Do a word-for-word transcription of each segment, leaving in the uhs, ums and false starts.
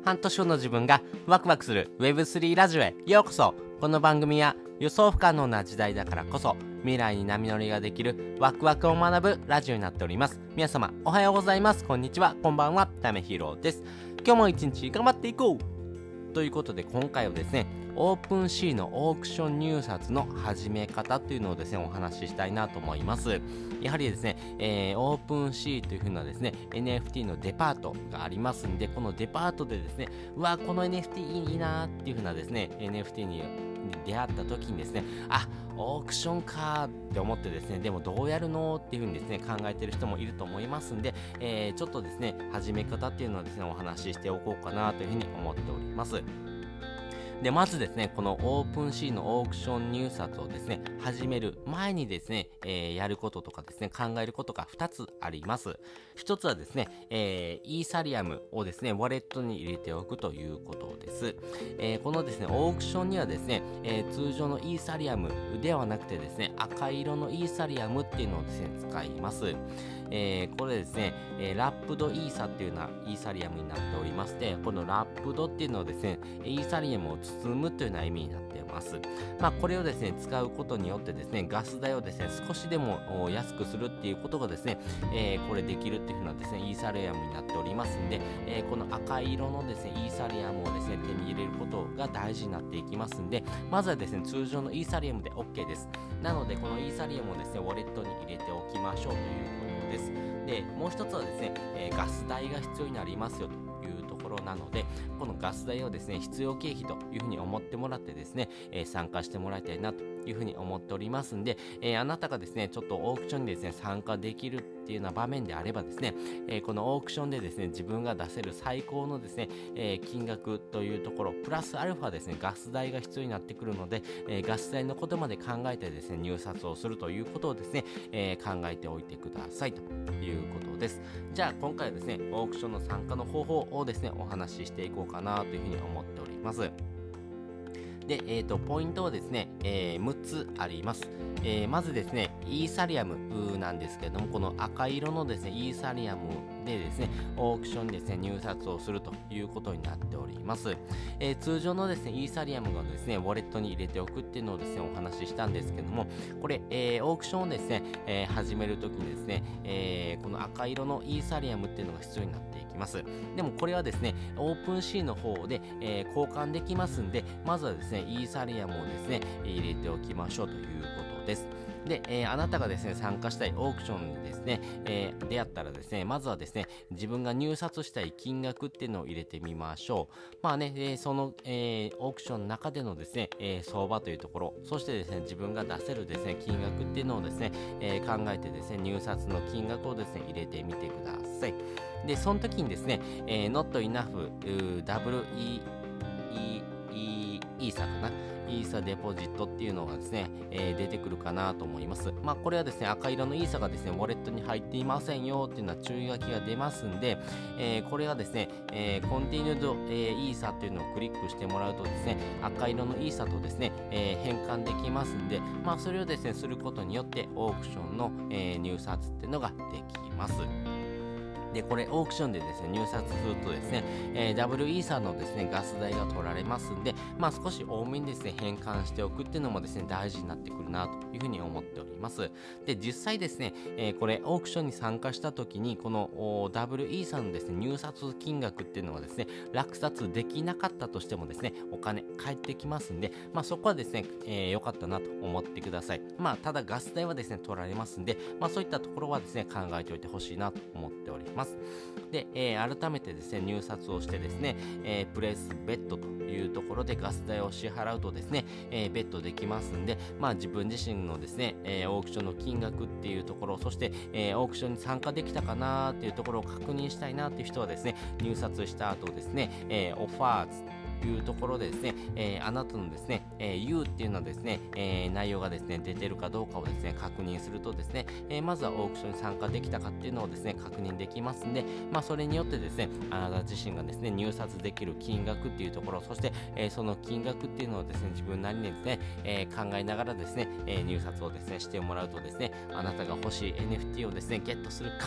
半年後の自分がワクワクする ウェブスリー ラジオへようこそ。この番組は予想不可能な時代だからこそ未来に波乗りができるワクワクを学ぶラジオになっております。皆様おはようございます、こんにちは、こんばんは。ためひろです。今日も一日頑張っていこうということで、今回はですね、オープンシーのオークション入札の始め方というのをですね、お話ししたいなと思います。やはりですね、えー、オープンシーという風なですね、エヌエフティー のデパートがありますんで、このデパートでですね、うわ、この エヌエフティー いいなーっていう風なですね、エヌエフティー に出会った時にですね、あ、オークションかーって思ってですね、でもどうやるのっていう風にですね、考えてる人もいると思いますんで、えー、ちょっとですね、始め方っていうのをですね、お話ししておこうかなという風に思っております。で、まずですね、このオープンシーのオークション入札をですね、始める前にですね、えー、やることとかですね、考えることがふたつあります。ひとつはですね、えー、イーサリアムをですね、ウォレットに入れておくということです。えー、このですね、オークションにはですね、えー、通常のイーサリアムではなくてですね、赤色のイーサリアムっていうのをですね、使います。えー、これですね、えー、ラップドイーサっていうようなイーサリアムになっておりまして、このラップドっていうのをですね、イーサリアムを包むというような意味になっています。まあ、これをですね、使うことによってですね、ガス代をですね、少しでも安くするっていうことがですね、えー、これできるっていうふうなですね、イーサリアムになっておりますんで、えー、この赤色のですね、イーサリアムをですね、手に入れることが大事になっていきますんで、まずはですね、通常のイーサリアムで OK です。なので、このイーサリアムをですね、ウォレットに入れておきましょうということです。で、もう一つはですね、えー、ガス代が必要になりますよというところなので、このガス代をですね、必要経費というふうに思ってもらってですね、えー、参加してもらいたいなというふうに思っておりますんで、えー、あなたがですね、ちょっとオークションにですね、参加できるっていうような場面であればですね、えー、このオークションでですね、自分が出せる最高のですね、えー、金額というところ、プラスアルファですね、ガス代が必要になってくるので、えー、ガス代のことまで考えてですね、入札をするということをですね、えー、考えておいてくださいということです。じゃあ今回はですね、オークションの参加の方法をですね、お話ししていこうかなというふうに思っております。で、えーと、ポイントはですね、えー、むっつあります。えー、まずですね、イーサリアムなんですけれども、この赤色のですね、イーサリアムでですね、オークションにですね、入札をするということになっております。えー、通常のですね、イーサリアムをですね、ウォレットに入れておくっていうのをですね、お話ししたんですけども、これ、えー、オークションをですね、えー、始めるときにですね、えー、この赤色のイーサリアムっていうのが必要になっていきます。でもこれはですね、オープンシーの方で、えー、交換できますんで、まずはですね、イーサリアムをですね、入れておきましょうということです。で、えー、あなたがですね、参加したいオークションにですね、えー、出会ったらですね、まずはですね、自分が入札したい金額っていうのを入れてみましょう。まあね、えー、その、えー、オークションの中でのですね、えー、相場というところ、そしてですね、自分が出せるですね、金額っていうのをですね、えー、考えてですね、入札の金額をですね、入れてみてください。で、その時にですね、えー、not enough ダブリュー イー イーサかな、イーサデポジットっていうのがですね、えー、出てくるかなと思います。まあこれはですね、赤色のイーサがですね、ウォレットに入っていませんよっていうのは注意書きが出ますんで、えー、これはですね、えー、コンティニュード、えー、イーサというのをクリックしてもらうとですね、赤色のイーサとですね、えー、変換できますんで、まあそれをですね、することによってオークションの、えー、入札っていうのができます。で、これオークションでですね、入札するとですね、えー、ダブルイーサのですね、ガス代が取られますんで、まあ少し多めにですね、変換しておくっていうのもですね、大事になってくるなというふうに思っております。で、実際ですね、えー、これオークションに参加した時に、このダブルイーサのですね、入札金額っていうのはですね、落札できなかったとしてもですね、お金返ってきますんで、まあそこはですね、えー、良かったなと思ってください。まあただガス代はですね、取られますんで、まあそういったところはですね、考えておいてほしいなと思っております。で、えー、改めてですね、入札をしてですね、えー、プレスベッドというところでガス代を支払うとですね、えー、ベッドできますんで、まあ自分自身のですね、えー、オークションの金額っていうところ、そして、えー、オークションに参加できたかなっていうところを確認したいなっていう人はですね、入札した後ですね、えー、オファーズというところでですね、えー、あなたのですね、えー、You っていうのはですね、えー、内容がですね、出てるかどうかをですね、確認するとですね、えー、まずはオークションに参加できたかっていうのをですね、確認できますんで、まあそれによってですね、あなた自身がですね、入札できる金額っていうところ、そして、えー、その金額っていうのをですね、自分なりにですね、えー、考えながらですね、えー、入札をですね、してもらうとですね、あなたが欲しい エヌエフティー をですね、ゲットするかも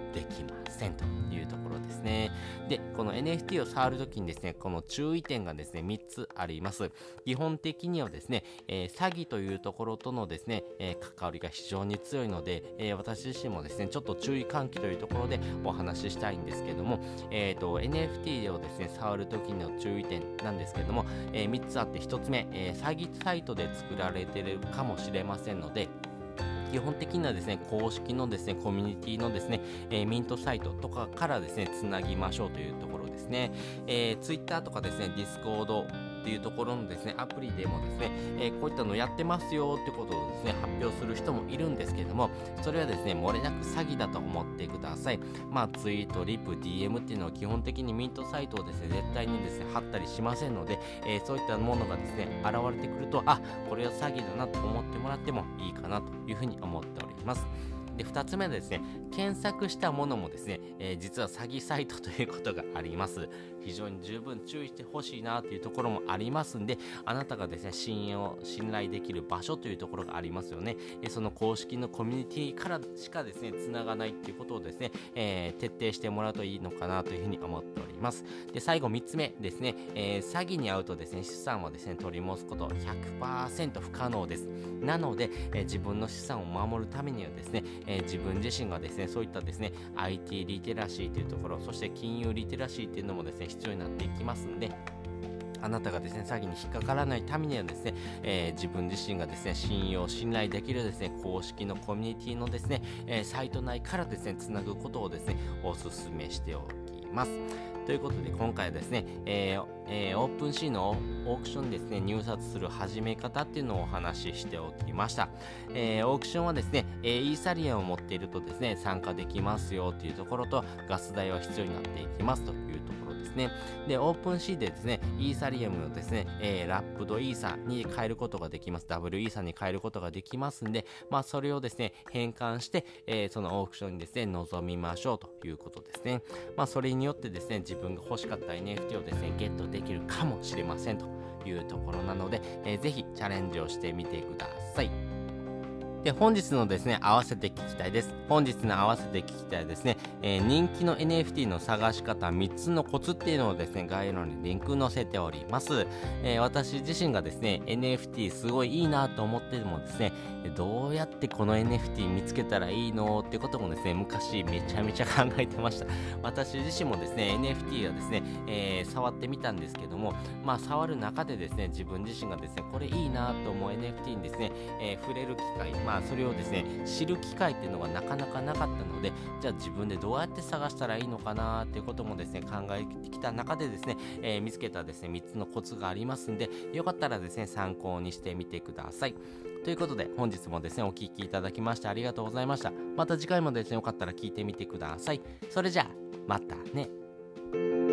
できませんというところですね。で、この エヌエフティー を触るときにですね、この注意点がですねみっつあります。基本的にはですね、えー、詐欺というところとのですね、えー、関わりが非常に強いので、えー、私自身もですねちょっと注意喚起というところでお話ししたいんですけども、えーと エヌエフティー をですね触るときの注意点なんですけども、えー、みっつあって、ひとつめ、えー、詐欺サイトで作られているかもしれませんので、基本的にはですね公式のですねコミュニティのですね、えー、ミントサイトとかからですねつなぎましょうというところですね。えー、Twitter とかですね Discord っていうところのですねアプリでもですね、えー、こういったのやってますよってことをですね発表する人もいるんですけれども、それはですね漏れなく詐欺だと思ってください。まあツイート、リプ、ディーエム っていうのは基本的にミントサイトをですね絶対にですね貼ったりしませんので、えー、そういったものがですね現れてくると、あ、これは詐欺だなと思ってもらってもいいかなというふうに思っております。で、ふたつめはですね、検索したものもですね、えー、実は詐欺サイトということがあります。非常に十分注意してほしいなというところもありますんで、あなたがですね信用信頼できる場所というところがありますよね。えー、その公式のコミュニティからしかですねつながないっていうことをですね、えー、徹底してもらうといいのかなというふうに思っております。で、最後みっつめですね、えー、詐欺に遭うとですね資産はですね取り戻すこと ひゃくパーセント 不可能です。なので、えー、自分の資産を守るためにはですね、えー、自分自身がですねそういったですね アイティー リテラシーというところ、そして金融リテラシーというのもですね必要になっていきますんで、あなたがですね詐欺に引っかからないためにはですね、えー、自分自身がですね信用信頼できるですね公式のコミュニティのですね、えー、サイト内からですねつなぐことをですねお勧めしておきます。ということで今回はですね、えーえー、オープンシーのオークションにですね入札する始め方っていうのをお話ししておきました。えー、オークションはですね、えー、イーサリアムを持っているとですね参加できますよというところと、ガス代は必要になっていきますというところですね。で、オープンシーでですねイーサリアムをですね、えー、ラップドイーサに変えることができます。ダブルイーサに変えることができますんで、まあそれをですね変換して、えー、そのオークションにですね臨みましょうということですね。まあそれによってですね自分が欲しかった エヌエフティー をですねゲットできるかもしれませんというところなので、えー、ぜひチャレンジをしてみてください。で、本日のですね、合わせて聞きたいです。本日の合わせて聞きたいですね、えー、人気の エヌエフティー の探し方みっつのコツっていうのをですね、概要欄にリンク載せております。えー、私自身がですね、エヌエフティー すごいいいなと思ってもですね、どうやってこの エヌエフティー 見つけたらいいのってこともですね、昔めちゃめちゃ考えてました。私自身もですね、エヌエフティー はですね、えー、触ってみたんですけども、まあ触る中でですね、自分自身がですね、これいいなと思う エヌエフティー にですね、えー、触れる機会、まあそれをですね知る機会っていうのがなかなかなかったので、じゃあ自分でどうやって探したらいいのかなっていうこともですね考えてきた中でですね、えー、見つけたですねみっつのコツがありますんで、よかったらですね参考にしてみてください。ということで本日もですねお聞きいただきましてありがとうございました。また次回もですねよかったら聞いてみてください。それじゃあまたね。